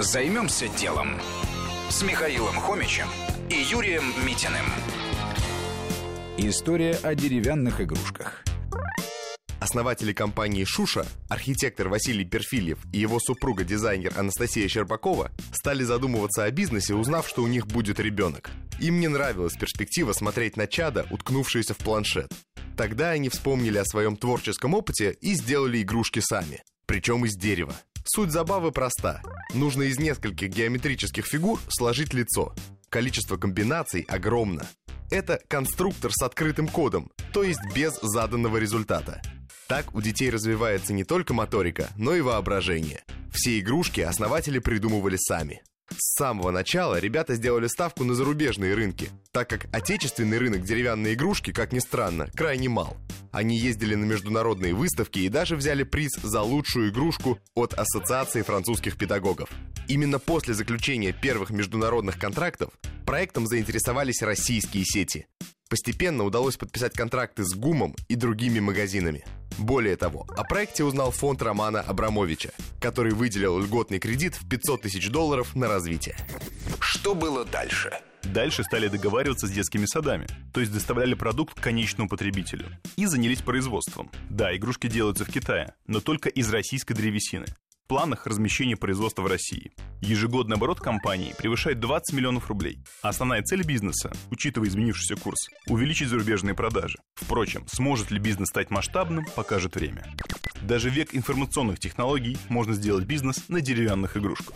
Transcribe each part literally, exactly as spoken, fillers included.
Займемся делом с Михаилом Хомичем и Юрием Митиным. История о деревянных игрушках. Основатели компании «Шуша», архитектор Василий Перфильев и его супруга-дизайнер Анастасия Щербакова стали задумываться о бизнесе, узнав, что у них будет ребенок. Им не нравилась перспектива смотреть на чадо, уткнувшееся в планшет. Тогда они вспомнили о своем творческом опыте и сделали игрушки сами, причем из дерева. Суть забавы проста. Нужно из нескольких геометрических фигур сложить лицо. Количество комбинаций огромно. Это конструктор с открытым кодом, то есть без заданного результата. Так у детей развивается не только моторика, но и воображение. Все игрушки основатели придумывали сами. С самого начала ребята сделали ставку на зарубежные рынки, так как отечественный рынок деревянной игрушки, как ни странно, крайне мал. Они ездили на международные выставки и даже взяли приз за лучшую игрушку от Ассоциации французских педагогов. Именно после заключения первых международных контрактов проектом заинтересовались российские сети. Постепенно удалось подписать контракты с ГУМом и другими магазинами. Более того, о проекте узнал фонд Романа Абрамовича, который выделил льготный кредит в пятьсот тысяч долларов на развитие. Что было дальше? Дальше стали договариваться с детскими садами, то есть доставляли продукт к конечному потребителю. И занялись производством. Да, игрушки делаются в Китае, но только из российской древесины. В планах размещение производства в России. Ежегодный оборот компании превышает двадцать миллионов рублей. А основная цель бизнеса, учитывая изменившийся курс, увеличить зарубежные продажи. Впрочем, сможет ли бизнес стать масштабным, покажет время. Даже в век информационных технологий можно сделать бизнес на деревянных игрушках.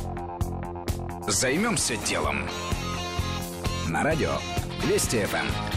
Займемся делом. На радио Вести эф эм.